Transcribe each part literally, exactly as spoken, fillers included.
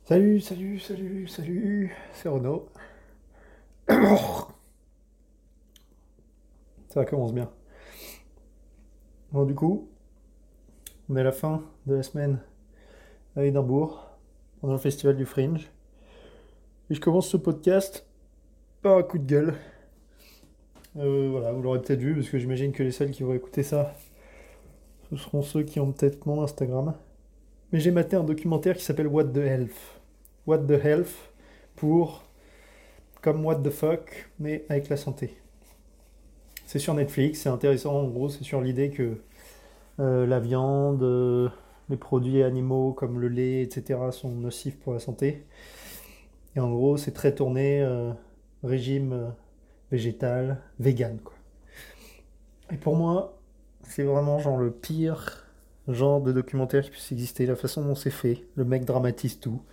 Salut, salut, salut, salut, c'est Renaud. Ça commence bien. Bon, du coup, on est à la fin de la semaine à Édimbourg, pendant le festival du Fringe. Et je commence ce podcast par un coup de gueule. Euh, voilà, vous l'aurez peut-être vu, parce que j'imagine que les seuls qui vont écouter ça, ce seront ceux qui ont peut-être mon Instagram. Mais j'ai maté un documentaire qui s'appelle What the Health. What the Health pour comme What the fuck, mais avec la santé. C'est sur Netflix, c'est intéressant. En gros, c'est sur l'idée que Euh, la viande, euh, les produits animaux comme le lait, et cetera sont nocifs pour la santé. Et en gros, c'est très tourné euh, régime euh, végétal, vegan, quoi. Et pour moi, c'est vraiment genre le pire genre de documentaire qui puisse exister, la façon dont c'est fait. Le mec dramatise tout.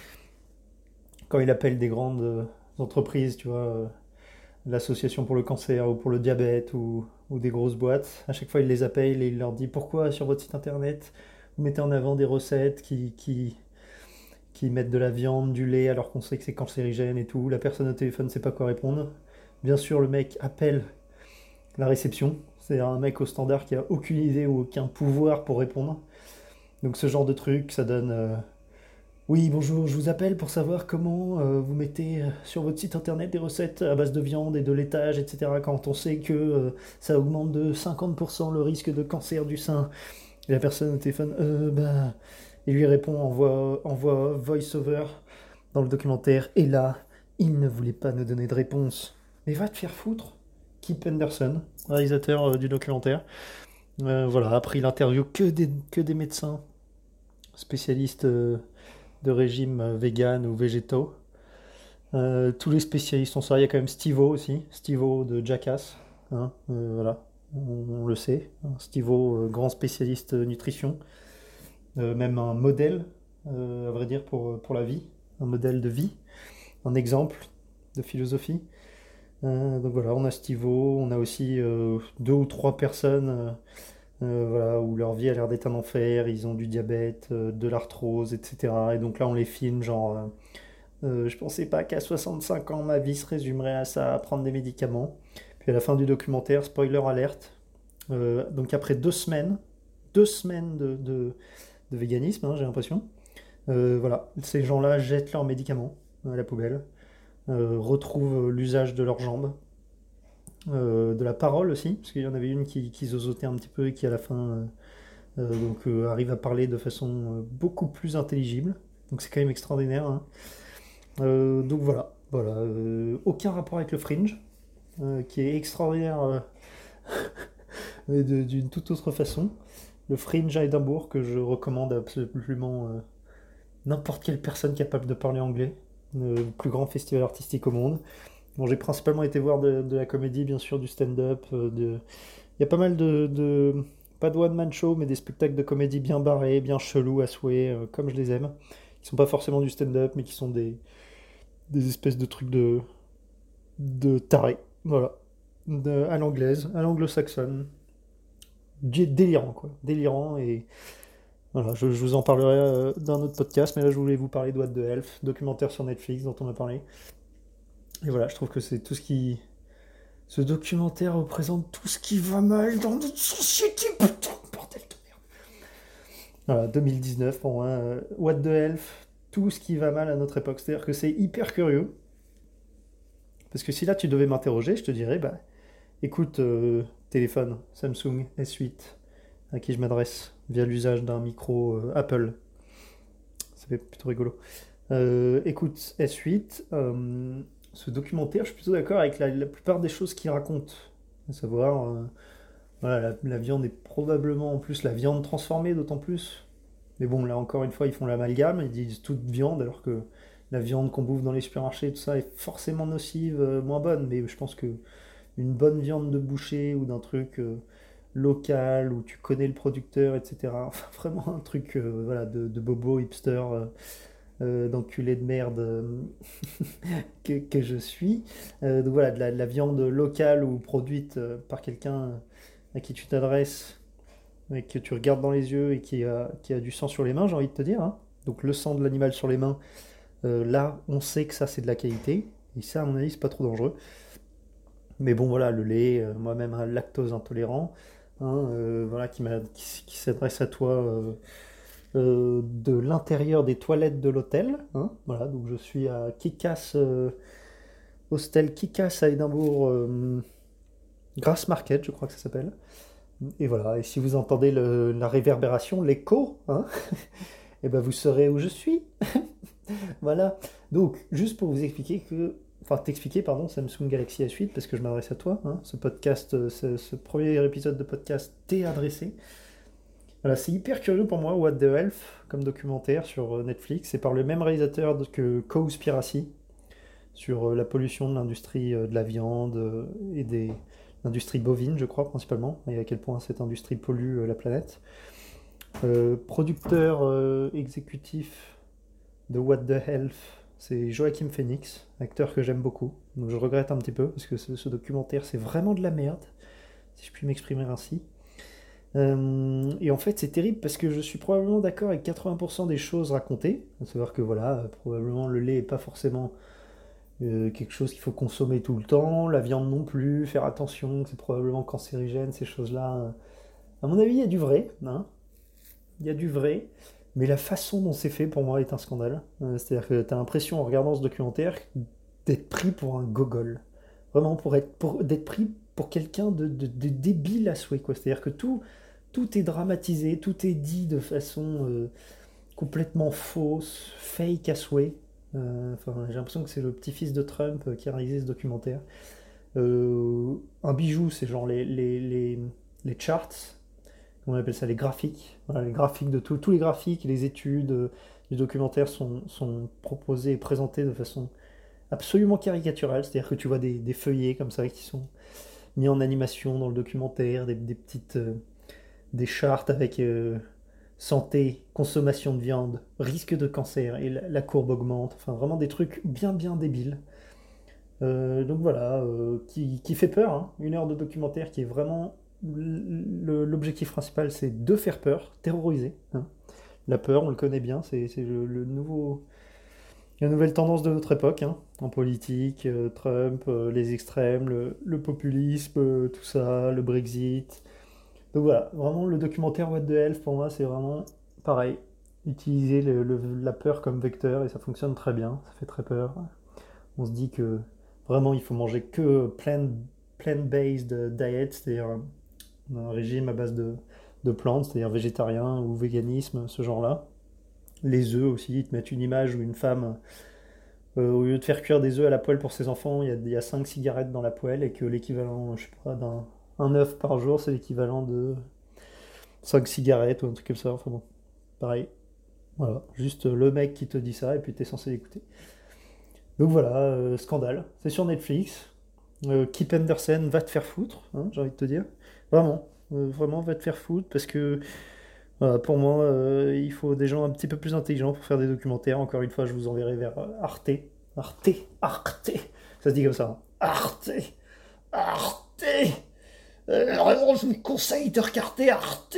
Quand il appelle des grandes euh, entreprises, tu vois, euh, l'association pour le cancer ou pour le diabète ou, ou des grosses boîtes, à chaque fois il les appelle et il leur dit pourquoi sur votre site internet vous mettez en avant des recettes qui, qui, qui mettent de la viande, du lait alors qu'on sait que c'est cancérigène et tout. La personne au téléphone ne sait pas quoi répondre. Bien sûr, le mec appelle la réception. C'est un mec au standard qui a aucune idée ou aucun pouvoir pour répondre. Donc ce genre de truc, ça donne euh, oui, bonjour, je vous appelle pour savoir comment euh, vous mettez euh, sur votre site internet des recettes à base de viande et de laitage, et cetera. Quand on sait que euh, ça augmente de cinquante pour cent le risque de cancer du sein. Et la personne au téléphone, euh, bah. Il lui répond en voix, en voix voice-over dans le documentaire. Et là, il ne voulait pas nous donner de réponse. Mais va te faire foutre. Kip Henderson, réalisateur euh, du documentaire. Euh, voilà, après il interview que des, que des médecins spécialistes euh, de régime euh, vegan ou végétaux. Euh, tous les spécialistes sont ça. Il y a quand même Steve-O aussi, Steve-O de Jackass. Hein, euh, voilà, on, on le sait. Hein, Steve-O, euh, grand spécialiste euh, nutrition. Euh, même un modèle, euh, à vrai dire, pour, pour la vie. Un modèle de vie, un exemple de philosophie. Euh, donc voilà, on a Steve-O, on a aussi euh, deux ou trois personnes euh, euh, voilà, où leur vie a l'air d'être un enfer, ils ont du diabète, euh, de l'arthrose, et cetera. Et donc là, on les filme, genre, euh, euh, je pensais pas qu'à soixante-cinq ans, ma vie se résumerait à ça, à prendre des médicaments. Puis à la fin du documentaire, spoiler alerte, euh, donc après deux semaines, deux semaines de, de, de véganisme, hein, j'ai l'impression, euh, voilà, ces gens-là jettent leurs médicaments à la poubelle, euh, retrouvent l'usage de leurs jambes, euh, de la parole aussi, parce qu'il y en avait une qui, qui zozotait un petit peu et qui à la fin euh, euh, donc, euh, arrive à parler de façon euh, beaucoup plus intelligible. Donc c'est quand même extraordinaire, hein. Euh, donc voilà, voilà, euh, aucun rapport avec le Fringe, euh, qui est extraordinaire euh, mais de- d'une toute autre façon. Le Fringe à Édimbourg que je recommande à absolument euh, n'importe quelle personne capable de parler anglais. Le plus grand festival artistique au monde. Bon, j'ai principalement été voir de, de la comédie, bien sûr, du stand-up. euh, de... Il y a pas mal de, de- pas de one-man show, mais des spectacles de comédie bien barrés, bien chelous à souhait, euh, comme je les aime. Qui sont pas forcément du stand-up, mais qui sont des, des espèces de trucs de, de tarés. Voilà. De- à l'anglaise, à l'anglo-saxonne. Dé- Délirant, quoi. Délirant. Et voilà, je, je vous en parlerai euh, dans un autre podcast, mais là, je voulais vous parler de What the Elf, documentaire sur Netflix dont on a parlé. Et voilà, je trouve que c'est tout ce qui. Ce documentaire représente tout ce qui va mal dans notre société, putain, bordel de merde. Voilà, deux mille dix-neuf pour moi, euh, What the Elf, tout ce qui va mal à notre époque. C'est-à-dire que c'est hyper curieux, parce que si là tu devais m'interroger, je te dirais, bah écoute, euh, téléphone Samsung S huit, à qui je m'adresse via l'usage d'un micro euh, Apple. Ça fait plutôt rigolo. Euh, écoute, S huit, euh, ce documentaire, je suis plutôt d'accord avec la, la plupart des choses qu'il raconte. À savoir, euh, voilà, la, la viande est probablement en plus la viande transformée, d'autant plus. Mais bon, là encore une fois, ils font l'amalgame, ils disent toute viande, alors que la viande qu'on bouffe dans les supermarchés, tout ça, est forcément nocive, euh, moins bonne. Mais je pense que une bonne viande de boucher ou d'un truc euh, local où tu connais le producteur, et cetera. Enfin, vraiment un truc euh, voilà, de, de bobo hipster, euh, euh, d'enculé de merde euh, que, que je suis. Euh, donc voilà, de la, de la viande locale ou produite euh, par quelqu'un à qui tu t'adresses et que tu regardes dans les yeux et qui a, qui a du sang sur les mains, j'ai envie de te dire, hein. Donc le sang de l'animal sur les mains, euh, là, on sait que ça, c'est de la qualité. Et ça, à mon avis, c'est pas trop dangereux. Mais bon, voilà, le lait, euh, moi-même un lactose intolérant, hein, euh, voilà, qui, m'a- qui, qui s'adresse à toi euh, euh, de l'intérieur des toilettes de l'hôtel. Hein, voilà, donc je suis à Kikas, euh, hostel Kikas à Édimbourg, euh, Grass Market, je crois que ça s'appelle. Et voilà, et si vous entendez le- la réverbération, l'écho, hein, et ben vous saurez où je suis. Voilà. Donc, juste pour vous expliquer que, enfin t'expliquer, pardon, Samsung Galaxy S huit, parce que je m'adresse à toi, hein, ce podcast, euh, ce, ce premier épisode de podcast t'est adressé. Voilà, c'est hyper curieux pour moi, What the Health, comme documentaire sur euh, Netflix. C'est par le même réalisateur de- que Cowspiracy, sur euh, la pollution de l'industrie euh, de la viande euh, et des l'industrie bovine, je crois, principalement, et à quel point cette industrie pollue euh, la planète. Euh, producteur euh, exécutif de What the Health, c'est Joachim Phoenix, acteur que j'aime beaucoup. Donc je regrette un petit peu parce que ce, ce documentaire c'est vraiment de la merde, si je puis m'exprimer ainsi. Euh, et en fait c'est terrible parce que je suis probablement d'accord avec quatre-vingts pour cent des choses racontées. À savoir que voilà, euh, probablement le lait est pas forcément euh, quelque chose qu'il faut consommer tout le temps, la viande non plus, faire attention, que c'est probablement cancérigène, ces choses-là. euh. À mon avis il y a du vrai, hein, il y a du vrai, mais la façon dont c'est fait pour moi est un scandale. Euh, C'est-à-dire que tu as l'impression en regardant ce documentaire d'être pris pour un gogol. Vraiment, pour être, pour, d'être pris pour quelqu'un de, de, de débile à souhait, quoi. C'est-à-dire que tout, tout est dramatisé, tout est dit de façon euh, complètement fausse, fake à souhait. Euh, Enfin, j'ai l'impression que c'est le petit-fils de Trump euh, qui a réalisé ce documentaire. Euh, un bijou, c'est genre les, les, les, les charts, on appelle ça les graphiques. Voilà, les graphiques de tout, tous les graphiques, les études euh, du documentaire sont, sont proposés et présentés de façon absolument caricaturale. C'est-à-dire que tu vois des, des feuillets comme ça qui sont mis en animation dans le documentaire, des, des petites euh, des chartes avec euh, santé, consommation de viande, risque de cancer et la, la courbe augmente. Enfin, vraiment des trucs bien bien débiles. Euh, donc voilà, euh, qui, qui fait peur, hein. Une heure de documentaire qui est vraiment le- l'objectif principal, c'est de faire peur, terroriser, hein. La peur, on le connaît bien, c'est c'est le, le nouveau, la nouvelle tendance de notre époque, hein, en politique, euh, Trump, euh, les extrêmes, le, le populisme, euh, tout ça, le Brexit. Donc voilà, vraiment le documentaire What the Health pour moi, c'est vraiment pareil, utiliser le- le- la peur comme vecteur et ça fonctionne très bien, ça fait très peur. On se dit que vraiment il faut manger que plant, plant-based diet, c'est-à-dire un, un régime à base de, de plantes, c'est-à-dire végétarien ou véganisme, ce genre-là. Les œufs aussi, ils te mettent une image où une femme, euh, au lieu de faire cuire des œufs à la poêle pour ses enfants, il y a, il y a cinq cigarettes dans la poêle et que l'équivalent, je sais pas, d'un un œuf par jour, c'est l'équivalent de cinq cigarettes ou un truc comme ça. Enfin bon, pareil. Voilà, juste le mec qui te dit ça et puis t'es censé l'écouter. Donc voilà, euh, scandale. C'est sur Netflix. Euh, Keep Anderson, va te faire foutre, hein, j'ai envie de te dire. Vraiment, euh, vraiment, va te faire foutre parce que voilà, pour moi, euh, il faut des gens un petit peu plus intelligents pour faire des documentaires. Encore une fois, je vous enverrai vers euh, Arte. Arte, Arte. Ça se dit comme ça, hein. Arte, Arte. Euh, vraiment, je vous conseille de regarder Arte.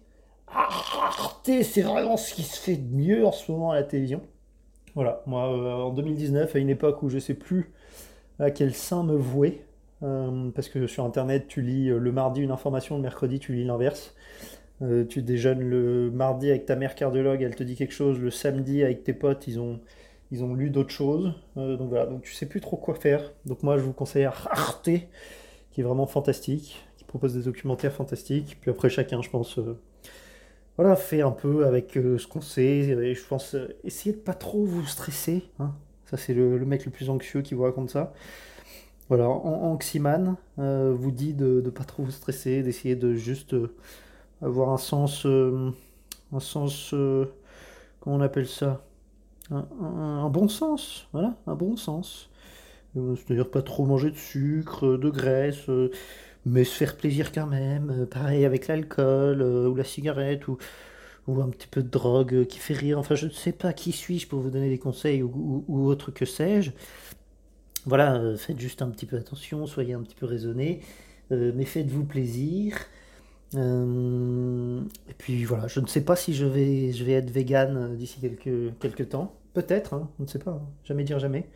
Arte, c'est vraiment ce qui se fait de mieux en ce moment à la télévision. Voilà, moi, euh, en deux mille dix-neuf, à une époque où je sais plus à quel saint me vouer. Euh, parce que sur internet, tu lis euh, le mardi une information, le mercredi, tu lis l'inverse. Euh, tu déjeunes le mardi avec ta mère cardiologue, elle te dit quelque chose. Le samedi, avec tes potes, ils ont, ils ont lu d'autres choses. Euh, donc voilà, donc tu sais plus trop quoi faire. Donc moi, je vous conseille Arte, qui est vraiment fantastique, qui propose des documentaires fantastiques. Puis après, chacun, je pense, euh, voilà, fait un peu avec euh, ce qu'on sait. Et je pense, euh, essayez de pas trop vous stresser, hein. Ça, c'est le, le mec le plus anxieux qui vous raconte ça. Voilà, An- Anximan euh, vous dit de ne pas trop vous stresser, d'essayer de juste euh, avoir un sens, euh, un sens, euh, comment on appelle ça? Un, un- un bon sens, voilà, un bon sens. Euh, c'est-à-dire pas trop manger de sucre, euh, de graisse, euh, mais se faire plaisir quand même. Euh, pareil avec l'alcool euh, ou la cigarette ou, ou un petit peu de drogue euh, qui fait rire. Enfin, je ne sais pas qui suis-je pour vous donner des conseils ou, ou- ou autre que sais-je. Voilà, euh, faites juste un petit peu attention, soyez un petit peu raisonné, euh, mais faites-vous plaisir. Euh, et puis voilà, je ne sais pas si je vais, je vais être vegan d'ici quelques, quelques temps. Peut-être, hein, on ne sait pas, hein, jamais dire jamais.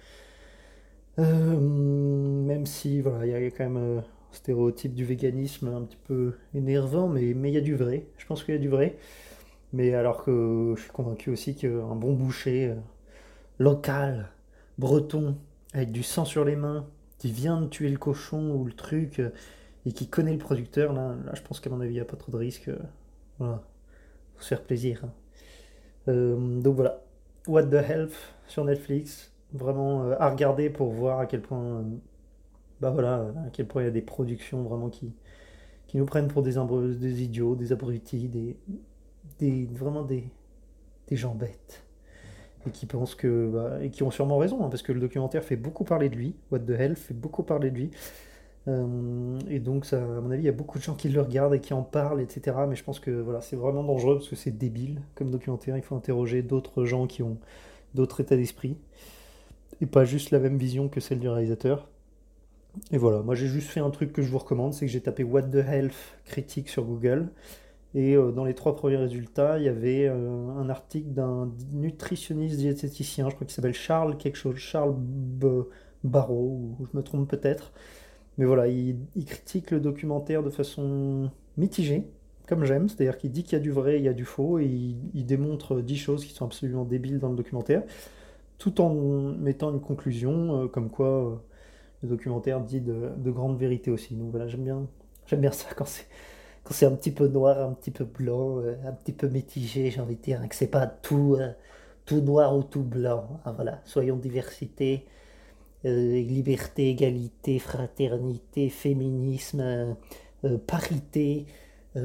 Euh, même si voilà, il y a quand même euh, un stéréotype du véganisme un petit peu énervant, mais mais il y a du vrai. Je pense qu'il y a du vrai. Mais alors que je suis convaincu aussi qu'un bon boucher euh, local, breton, avec du sang sur les mains, qui vient de tuer le cochon ou le truc, euh, et qui connaît le producteur, là, là je pense qu'à mon avis, il n'y a pas trop de risque. euh, voilà, faut se faire plaisir, hein. Euh, donc voilà, What the Health sur Netflix, vraiment euh, à regarder pour voir à quel point, euh, bah voilà, à quel point il y a des productions vraiment qui, qui nous prennent pour des, imbr- des idiots, des abrutis, des, des, vraiment des, des gens bêtes. Et qui pensent que, bah, et qui ont sûrement raison, hein, parce que le documentaire fait beaucoup parler de lui, What the Hell fait beaucoup parler de lui. Euh, et donc, ça, à mon avis, il y a beaucoup de gens qui le regardent et qui en parlent, et cetera. Mais je pense que voilà, c'est vraiment dangereux parce que c'est débile comme documentaire. Il faut interroger d'autres gens qui ont d'autres états d'esprit et pas juste la même vision que celle du réalisateur. Et voilà, moi j'ai juste fait un truc que je vous recommande, c'est que j'ai tapé What the Health critique sur Google. Et euh, dans les trois premiers résultats, il y avait euh, un article d'un nutritionniste diététicien, je crois qu'il s'appelle Charles quelque chose, Charles B- Barrault, ou je me trompe peut-être. Mais voilà, il, il critique le documentaire de façon mitigée, comme j'aime, c'est-à-dire qu'il dit qu'il y a du vrai, il y a du faux, et il, il démontre dix choses qui sont absolument débiles dans le documentaire, tout en mettant une conclusion, euh, comme quoi euh, le documentaire dit de, de grandes vérités aussi. Donc voilà, j'aime bien, j'aime bien ça quand c'est quand c'est un petit peu noir, un petit peu blanc, euh, un petit peu mitigé, j'ai envie de dire, hein, que c'est pas tout, euh, tout noir ou tout blanc. Ah, voilà, soyons diversité, euh, liberté, égalité, fraternité, féminisme, euh, euh, parité, euh,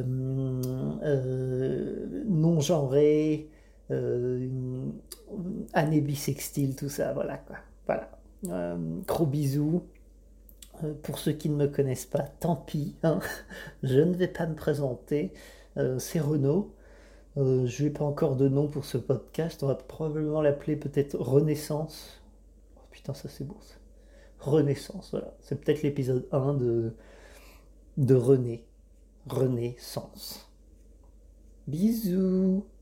euh, non-genré, euh, année bissextile, tout ça, voilà quoi. Voilà. Euh, gros bisous. Euh, pour ceux qui ne me connaissent pas, tant pis, hein. Je ne vais pas me présenter. Euh, c'est Renaud. Euh, je n'ai pas encore de nom pour ce podcast. On va probablement l'appeler peut-être Renaissance. Oh putain, ça c'est beau ça. Renaissance, voilà. C'est peut-être l'épisode un de, de René. Renaissance. Bisous.